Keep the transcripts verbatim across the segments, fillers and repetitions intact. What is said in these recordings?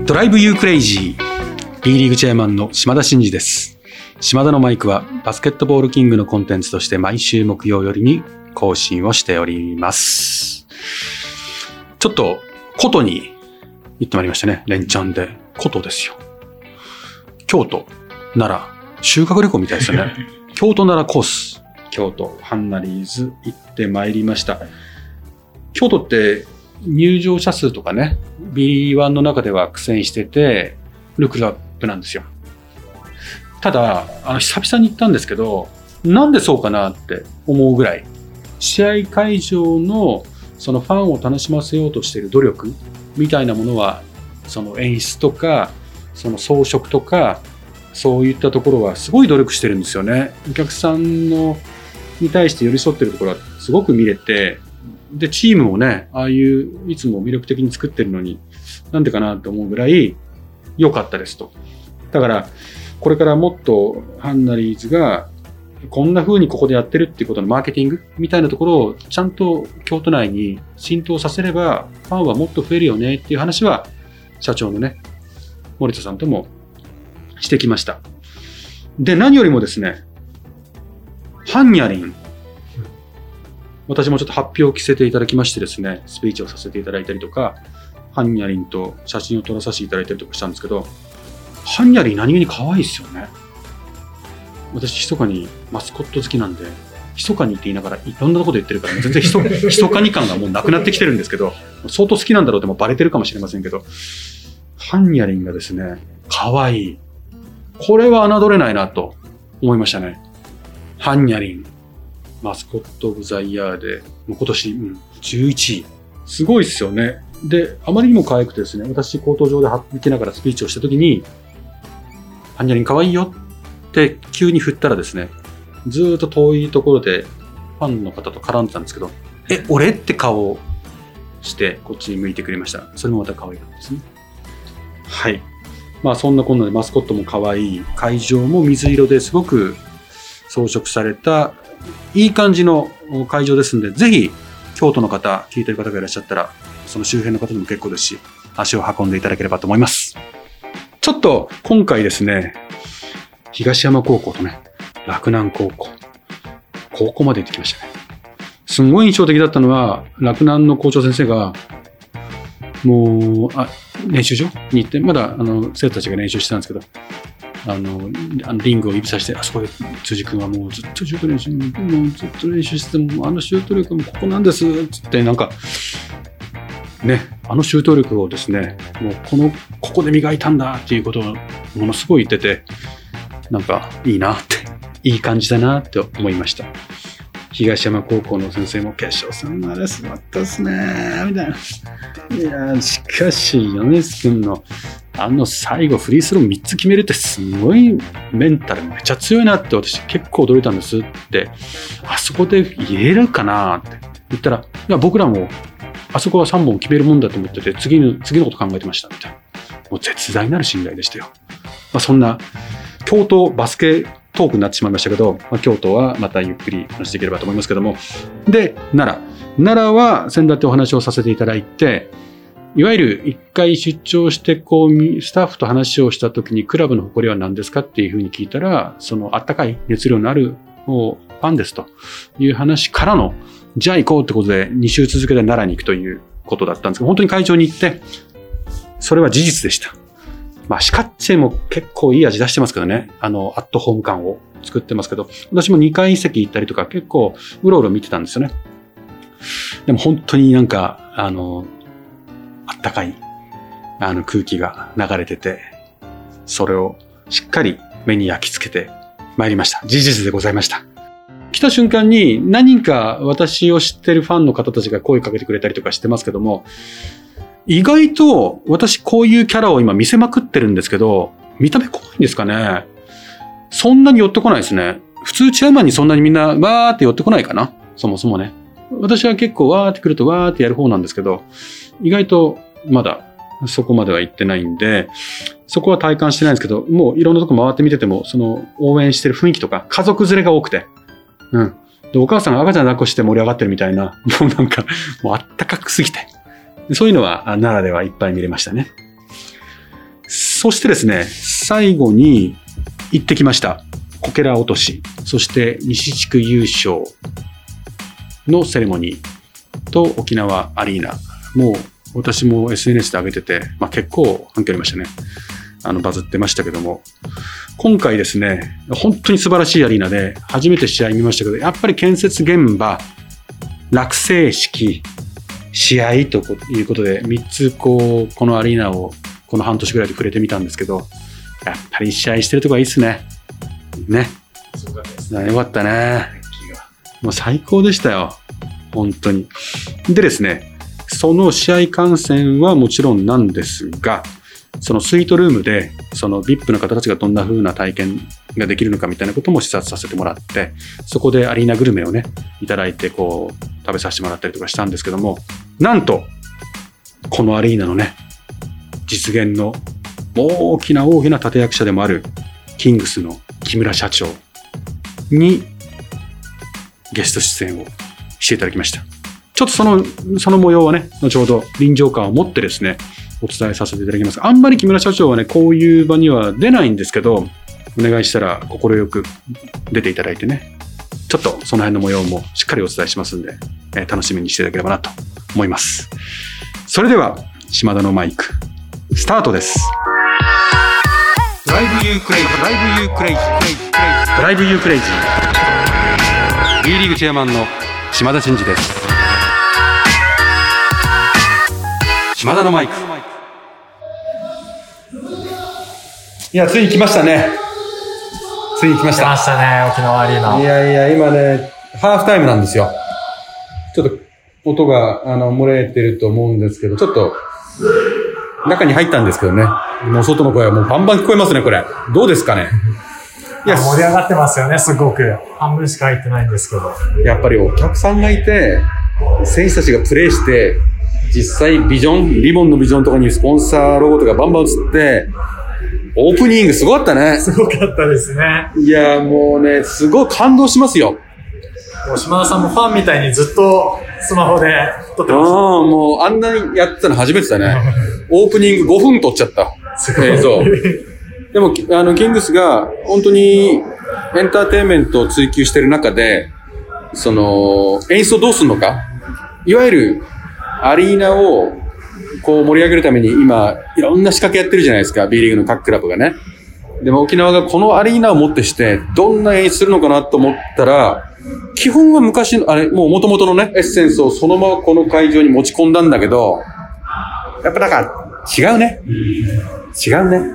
ドライブユークレイジー B リーグチェアマンの島田真二です。島田のマイクはバスケットボールキングのコンテンツとして毎週木曜よりに更新をしております。ちょっと古都に行ってまいりましたね。連チャンで古都ですよ。京都、奈良、修学旅行みたいですよね。京都奈良コース、京都ハンナリーズ行ってまいりました。京都って入場者数とかね ビーワン の中では苦戦しててるクラブなんですよ。ただあの久々に行ったんですけど、なんでそうかなって思うぐらい試合会場のそのファンを楽しませようとしている努力みたいなものは、その演出とかその装飾とかそういったところはすごい努力してるんですよね。お客さんのに対して寄り添ってるところはすごく見れて、でチームもねああいういつも魅力的に作ってるのになんでかなと思うぐらい良かったですと。だからこれからもっとハンナリーズがこんな風にここでやってるっていうことのマーケティングみたいなところをちゃんと京都内に浸透させればファンはもっと増えるよねっていう話は社長のね森田さんともしてきました。で何よりもですね、ハンニャリン、私もちょっと発表を着せていただきましてですね、スピーチをさせていただいたりとか、ハンニャリンと写真を撮らさせていただいたりとかしたんですけど、ハンニャリン何気に可愛いですよね。私密かにマスコット好きなんで、密かにって言いながらいろんなところで言ってるから全然密かに感がもうなくなってきてるんですけど、相当好きなんだろうってもバレてるかもしれませんけど、ハンニャリンがですね可愛い、これは侮れないなと思いましたね。ハンニャリンマスコットオブザイヤーでもう今年、うん、じゅういちい、すごいですよね。であまりにも可愛くてですね、私口頭上で行きながらスピーチをしたときに、ハンニャリン可愛いよって急に振ったらですね、ずーっと遠いところでファンの方と絡んでたんですけど、え俺って顔をしてこっちに向いてくれました。それもまた可愛かったですね。はい、まあそんなこんなでマスコットも可愛い、会場も水色ですごく装飾されたいい感じの会場ですので、ぜひ京都の方、聞いてる方がいらっしゃったらその周辺の方でも結構ですし足を運んでいただければと思います。ちょっと今回ですね、東山高校とね洛南高校、高校まで行ってきましたね。すごい印象的だったのは、洛南の校長先生がもうあ練習場に行って、まだあの生徒たちが練習してたんですけど、あのあのリングを指さして、あそこで辻君はもうずっとシュート練習、もうずっと練習してて、もあのシュート力もここなんですつって、なんかね、あのシュート力をですね、もうこのここで磨いたんだっていうことをものすごい言ってて、なんかいいなって、いい感じだなって思いました。東山高校の先生も決勝戦まで座ったっすねみたいな。いやしかし米津君のあの最後フリースローみっつ決めるってすごいメンタルめっちゃ強いなって、私結構驚いたんですって、あそこで入れるかなって言ったら、いや僕らもあそこはさんぼん決めるもんだと思ってて、次の次のこと考えてましたみたいな。もう絶大なる信頼でしたよ。まあ、そんな京都バスケトークになってしまいましたけど、まあ、京都はまたゆっくり話していければと思いますけども、で奈良奈良は先だってお話をさせていただいて、いわゆる一回出張してこうスタッフと話をした時に、クラブの誇りは何ですかっていうふうに聞いたら、そのあったかい熱量のあるファンですという話からの、じゃあ行こうってことでに週続けて奈良に行くということだったんですけど、本当に会場に行ってそれは事実でした。まあシカッチェも結構いい味出してますけどね、あのアットホーム感を作ってますけど、私もにかい席行ったりとか結構うろうろ見てたんですよね。でも本当になんかあのあったかいあの空気が流れてて、それをしっかり目に焼き付けてまいりました。事実でございました。来た瞬間に何人か私を知ってるファンの方たちが声かけてくれたりとかしてますけども、意外と私こういうキャラを今見せまくってるんですけど、見た目怖いんですかね。そんなに寄ってこないですね。普通チェアマンにそんなにみんなわーって寄ってこないかな、そもそもね。私は結構わーってくるとわーってやる方なんですけど、意外とまだそこまでは行ってないんで、そこは体感してないんですけど、もういろんなとこ回ってみてても、その応援してる雰囲気とか家族連れが多くて、うん。でお母さんが赤ちゃん抱っこして盛り上がってるみたいな、もうなんかもうあったかくすぎて、そういうのは奈良ではいっぱい見れましたね。 そしてですね、最後に行ってきました。こけら落とし、そして西地区優勝のセレモニーと沖縄アリーナ。もう私も エスエヌエス で上げてて、まあ、結構反響ありましたね。あのバズってましたけども、今回ですね、本当に素晴らしいアリーナで初めて試合見ましたけど、やっぱり建設現場、落成式、試合ということでみっつこうこのアリーナをこの半年ぐらいで触れてみたんですけど、やっぱり試合してるとこはいいっすね。ね。 そうですね。 よかったね。もう最高でしたよ。本当に。でですね、その試合観戦はもちろんなんですが、そのスイートルームでその ブイアイピー の方たちがどんな風な体験ができるのかみたいなことも視察させてもらって、そこでアリーナグルメをねいただいてこう食べさせてもらったりとかしたんですけども、なんとこのアリーナのね実現の大きな大きな立役者でもあるキングスの木村社長にゲスト出演をしていただきました。ちょっとそのその模様はね後ほど臨場感を持ってですねお伝えさせていただきます。あんまり木村社長はねこういう場には出ないんですけど、お願いしたら快く出ていただいてね、ちょっとその辺の模様もしっかりお伝えしますんで、えー、楽しみにしていただければなと思います。それでは島田のマイクスタートです。ドライブユークレイジードライブユークレイジードライブユークレイジー B リーグチェアマンの島田真二です。島田のマイク。いや、ついに来ましたね。ついに来ました。 来ましたね、沖縄アリーナ。 いやいや、今ね、ハーフタイムなんですよ。ちょっと音があの漏れてると思うんですけど、ちょっと中に入ったんですけどね。もう外の声はもうバンバン聞こえますね、これ。どうですかね。 いや、盛り上がってますよね、すごく。半分しか入ってないんですけど。 やっぱりお客さんがいて、選手たちがプレーして、実際ビジョン、リボンのビジョンとかにスポンサーロゴとかバンバン映って、オープニングすごかったね。 すごかったですね。 いや、もうね、すごい感動しますよ。 もう島田さんもファンみたいにずっとスマホで撮ってました。 ああ、もうあんなにやってたの初めてだね。オープニングごふん撮っちゃった。 すごい。 映像。でも、あの、キングスが本当にエンターテインメントを追求してる中で、その、演出をどうするのか。いわゆるアリーナをこう盛り上げるために今いろんな仕掛けやってるじゃないですか、 B リーグの各クラブがね。でも沖縄がこのアリーナをもってしてどんな演出するのかなと思ったら、基本は昔のあれもう元々のねエッセンスをそのままこの会場に持ち込んだんだけど、やっぱだから違うね違うね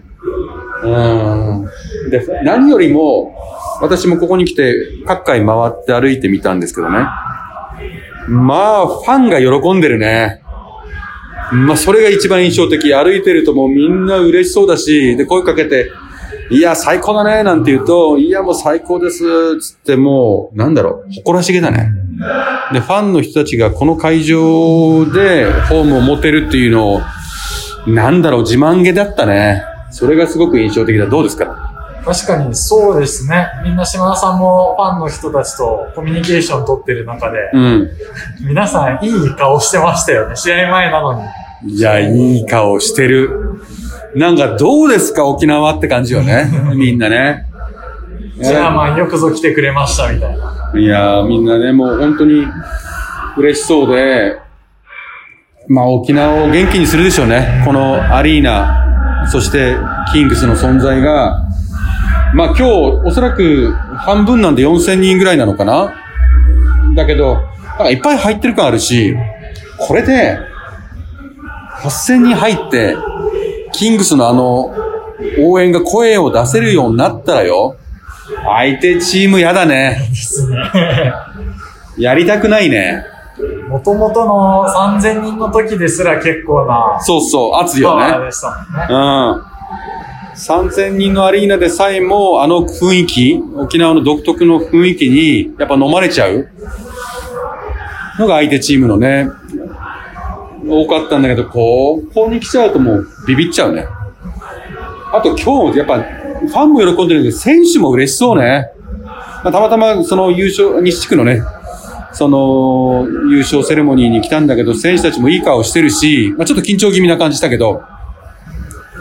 うんで、何よりも私もここに来て各界回って歩いてみたんですけどね、まあファンが喜んでるね。まあそれが一番印象的。歩いてるともうみんな嬉しそうだし、で声かけて、いや最高だねなんて言うと、いやもう最高ですつってもうなんだろう、誇らしげだね。でファンの人たちがこの会場でホームを持てるっていうのをなんだろう、自慢げだったね。それがすごく印象的だ。どうですか？ 確かにそうですね。みんな島田さんもファンの人たちとコミュニケーション取ってる中で、うん、皆さんいい顔してましたよね。試合前なのに。 いや、いい顔してる。なんかどうですか沖縄って感じよね。みんなね。 チェアマンよくぞ来てくれましたみたいな。 いやみんなね、もう本当に嬉しそうで、まあ沖縄を元気にするでしょうね。このアリーナ、そしてキングスの存在が。まあ今日おそらく半分なんでよんせんにんぐらいなのかな。だけどなんかいっぱい入ってる感あるし、これではっせんにん入ってキングスのあの応援が声を出せるようになったらよ、相手チームやだね。 ですね。 やりたくないね。 もともとのさんぜんにんの時ですら結構な、 そうそう熱いよね。 でしたもんね。 うん。さんぜんにんのアリーナでさえもあの雰囲気、沖縄の独特の雰囲気にやっぱ飲まれちゃうのが相手チームのね、多かったんだけど、ここに来ちゃうともうビビっちゃうね。あと今日やっぱファンも喜んでるけど選手も嬉しそうね。まあ、たまたまその優勝、西地区のね、その優勝セレモニーに来たんだけど、選手たちもいい顔してるし、まあ、ちょっと緊張気味な感じしたけど、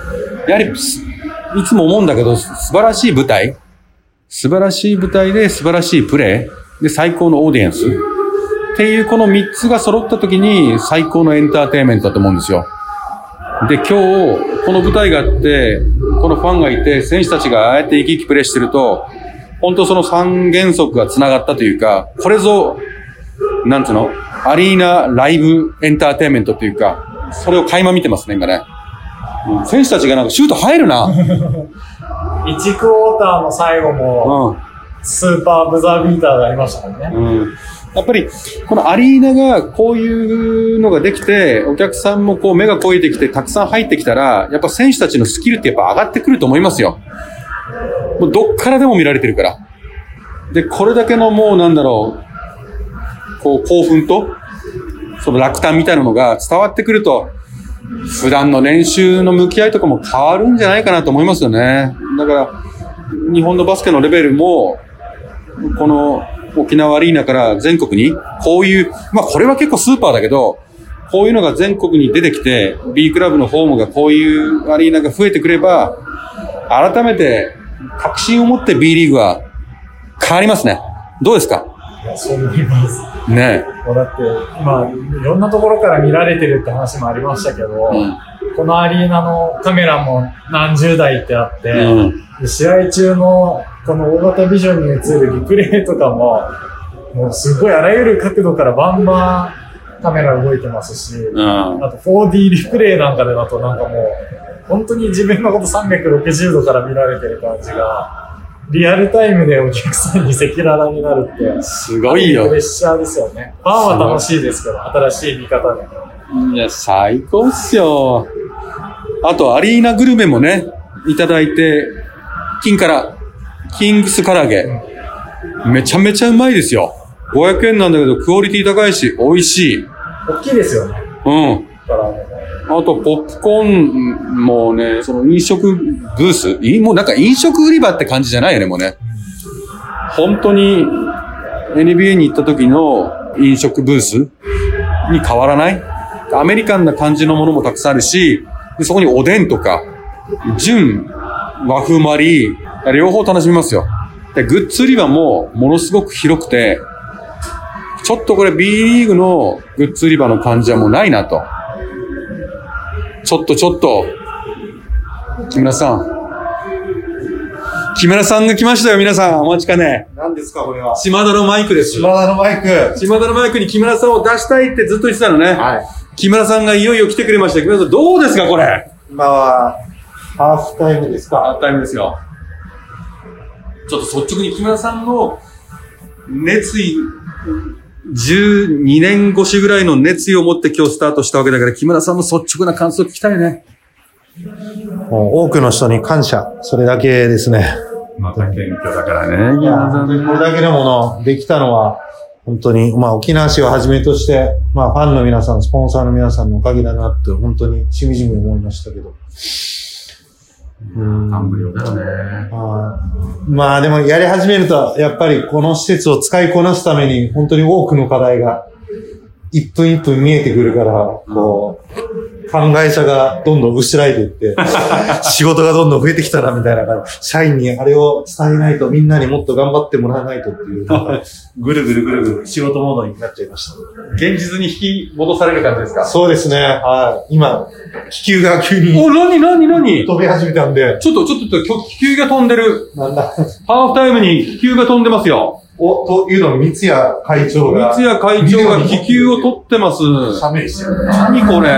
やはり、いつも思うんだけど、素晴らしい舞台、素晴らしい舞台で素晴らしいプレー、で、最高のオーディエンス。っていうこのみっつが揃った時に最高のエンターテインメントだと思うんですよ。で、今日、この舞台があって、このファンがいて、選手たちがああやって生き生きプレーしてると、本当その三原則が繋がったというか、これぞ、なんつうの、アリーナライブエンターテインメントというか、それを垣間見てますね、今ね。うん、選手たちがなんかシュート入るな。 いちクォーターの最後も、スーパーブザービーターがありましたもんね。うん、 やっぱり、このアリーナがこういうのができて、お客さんもこう目が肥えてきて、たくさん入ってきたら、やっぱ選手たちのスキルってやっぱ上がってくると思いますよ。もうどっからでも見られてるから。で、これだけのもうなんだろう、こう興奮と、その落胆みたいなのが伝わってくると、普段の練習の向き合いとかも変わるんじゃないかなと思いますよね。だから、日本のバスケのレベルも、この沖縄アリーナから全国に、こういう、まあこれは結構スーパーだけど、こういうのが全国に出てきて、B クラブのホームがこういうアリーナが増えてくれば、改めて確信を持って B リーグは変わりますね。どうですか？ いや、そう思います。 ねえ。もうだって、今、いろんなところから見られてるって話もありましたけど、うん、このアリーナのカメラも何十台ってあって、うん、試合中のこの大型ビジョンに映るリプレイとかも、もうすごいあらゆる角度からバンバンカメラ動いてますし、うん、あと フォーディー リプレイなんかでだとなんかもう、本当に自分のことさんびゃくろくじゅうどから見られてる感じが、リアルタイムでお客さんに赤裸々になるって、 すごいよ。 プレッシャーですよね。ファンは楽しいですけど、新しい見方で。 いや、最高っすよ。あと、アリーナグルメもね、いただいて、金から、キングス唐揚げ、うん。めちゃめちゃうまいですよ。ごひゃくえんなんだけど、クオリティ高いし、美味しい。 大きいですよね。 うん。あと、ポップコーンもね、その飲食ブースもうなんか飲食売り場って感じじゃないよね、もうね。本当に エヌビーエー に行った時の飲食ブースに変わらない。アメリカンな感じのものもたくさんあるし、でそこにおでんとか、純、和風マリー、両方楽しみますよ。で、グッズ売り場もものすごく広くて、ちょっとこれ B リーグのグッズ売り場の感じはもうないなと。ちょっとちょっと、木村さん。木村さんが来ましたよ、皆さん。お待ちかね。 何ですか、これは。 島田のマイクです。 島田のマイク。 島田のマイクに木村さんを出したいってずっと言ってたのね。 はい。 木村さんがいよいよ来てくれました。木村さん、どうですか、これ。 今は、ハーフタイムですか。 ハーフタイムですよ。ちょっと率直に木村さんの熱意、じゅうにねん越しぐらいの熱意を持って今日スタートしたわけだから、木村さんの率直な感想を聞きたいね。 もう多くの人に感謝。それだけですね。 また謙虚だからね。 いや、これだけのものできたのは、本当に、まあ沖縄市をはじめとして、まあファンの皆さん、スポンサーの皆さんのおかげだなって、本当にしみじみ思いましたけど。 うん。感無量だよね。 あまあでもやり始めると、やっぱりこの施設を使いこなすために、本当に多くの課題が、一分一分見えてくるから、こう、考え者がどんどん薄らいでいって、仕事がどんどん増えてきたな、みたいな感じ。社員にあれを伝えないと、みんなにもっと頑張ってもらわないとっていう、なんかぐるぐるぐるぐる仕事モードになっちゃいました。 現実に引き戻される感じですか？ そうですね。はい。今、気球が急に。 お、なになになに飛び始めたんで。 ちょっと、ちょっと、気球が飛んでる。 なんだ。 ハーフタイムに気球が飛んでますよ。 お、というのを三谷会長が。 三谷会長が気球を取ってます。 写メしてる。 何これ。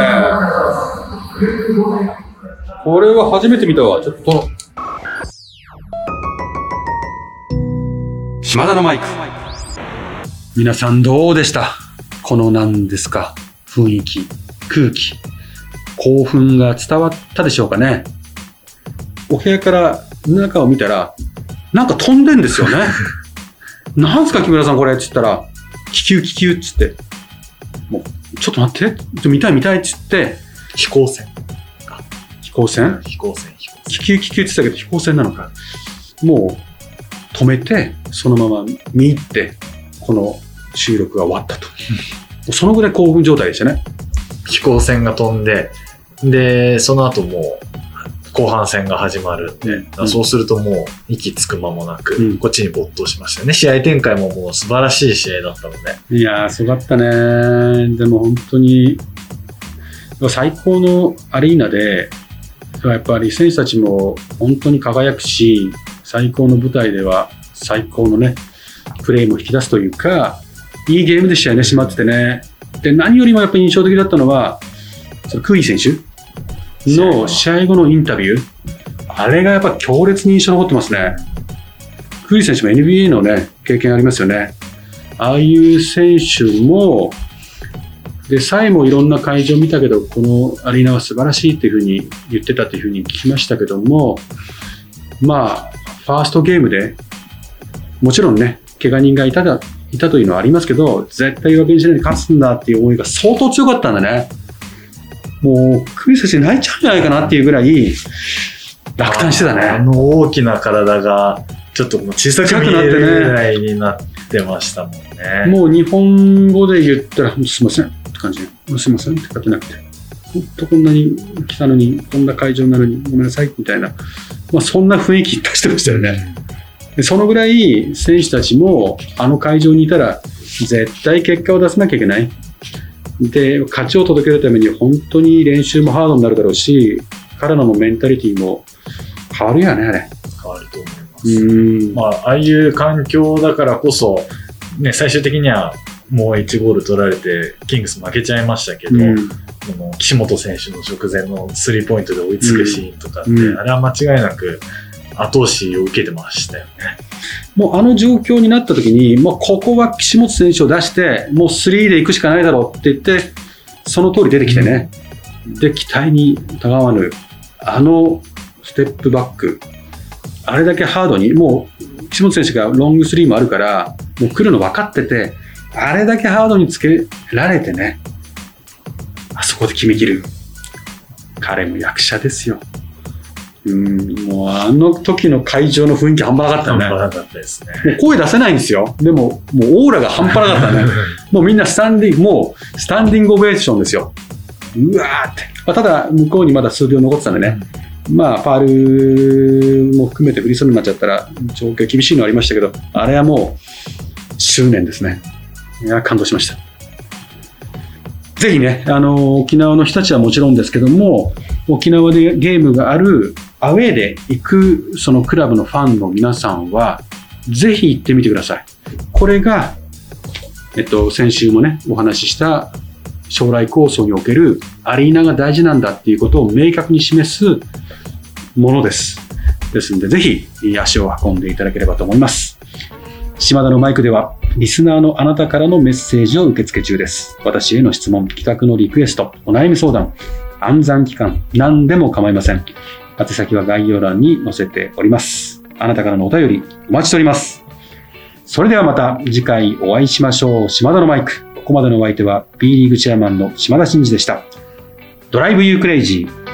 これは初めて見たわ。ちょっと。島田のマイク。皆さんどうでした？この何ですか？雰囲気、空気、興奮が伝わったでしょうかね？お部屋から中を見たら、なんか飛んでんですよね。なんすか木村さんこれって言ったら、気球気球っつって、もう、ちょっと待って、ちょっと見たい見たいっつって、 飛行船。 飛行船飛行船、飛行船。 気球気球って言ってたけど飛行船なのか。もう、止めて、そのまま見入って、この収録が終わったと。そのぐらい興奮状態でしたね。 飛行船が飛んで、で、その後もう、 後半戦が始まるんで、うん、そうするともう息つく間もなく、うん、こっちに没頭しましたね。試合展開ももう素晴らしい試合だったので。 いやー、すごかったね。でも本当に、最高のアリーナで、やっぱり選手たちも本当に輝くし、最高の舞台では最高のね、プレーも引き出すというか、いいゲームで試合ね、締まっててね。で、何よりもやっぱり印象的だったのは、そのクイ選手の試合後のインタビュー。あれがやっぱ強烈に印象に残ってますね。クイ選手も エヌビーエー のね、経験ありますよね。ああいう選手も、で、サイもいろんな会場を見たけど、このアリーナは素晴らしいっていうふうに言ってたっていうふうに聞きましたけども、まあ、ファーストゲームで、もちろんね、怪我人がいただ、いたというのはありますけど、絶対弱気にしないで勝つんだっていう思いが相当強かったんだね。もう、クリス選手泣いちゃうんじゃないかなっていうぐらい、落胆してたね。 あの大きな体が、ちょっともう小さく見えるぐらいになってましたもんね。 もう日本語で言ったら、すいませんって感じで、すいませんって書けなくて、本当こんなに来たのに、こんな会場なのにごめんなさいみたいな、まあ、そんな雰囲気出してましたよね。でそのぐらい選手たちもあの会場にいたら絶対結果を出さなきゃいけない。で、勝ちを届けるために本当に練習もハードになるだろうし、彼らのメンタリティも変わるよね、あれ。 変わると思います。うん、まあ、ああいう環境だからこそ、ね、最終的にはもういちゴール取られて、キングス負けちゃいましたけど、うん、この岸本選手の直前のスリーポイントで追いつくシーンとかって、うん、あれは間違いなく後押しを受けてましたよね。 もうあの状況になった時に、もうここは岸本選手を出して、もうスリーで行くしかないだろうって言って、その通り出てきてね。うん、で、期待にたがわぬ、あのステップバック、あれだけハードに、もう岸本選手がロングスリーもあるから、もう来るの分かってて、あれだけハードにつけられてね、あそこで決めきる。彼も役者ですよ。うん、もうあの時の会場の雰囲気半端なかったね。 半端なかったですね。 もう声出せないんですよ。でも、もうオーラが半端なかったね。もうみんなスタンディング、もうスタンディングオベーションですよ。うわーって。まあ、ただ、向こうにまだ数秒残ってたんでね。うん、まあ、ファールも含めてフリースローになっちゃったら、状況厳しいのはありましたけど、あれはもう、執念ですね。いや、感動しました。ぜひね、あの、沖縄の人たちはもちろんですけども、沖縄でゲームがあるアウェーで行くそのクラブのファンの皆さんは、ぜひ行ってみてください。これが、えっと、先週もね、お話しした将来構想におけるアリーナが大事なんだっていうことを明確に示すものです。ですので、ぜひ足を運んでいただければと思います。島田のマイクでは、リスナーのあなたからのメッセージを受け付け中です。私への質問、企画のリクエスト、お悩み相談、暗算期間、何でも構いません。宛先は概要欄に載せております。あなたからのお便りお待ちしております。それではまた次回お会いしましょう。島田のマイク。ここまでのお相手は B リーグチェアマンの島田真二でした。ドライブユークレイジー。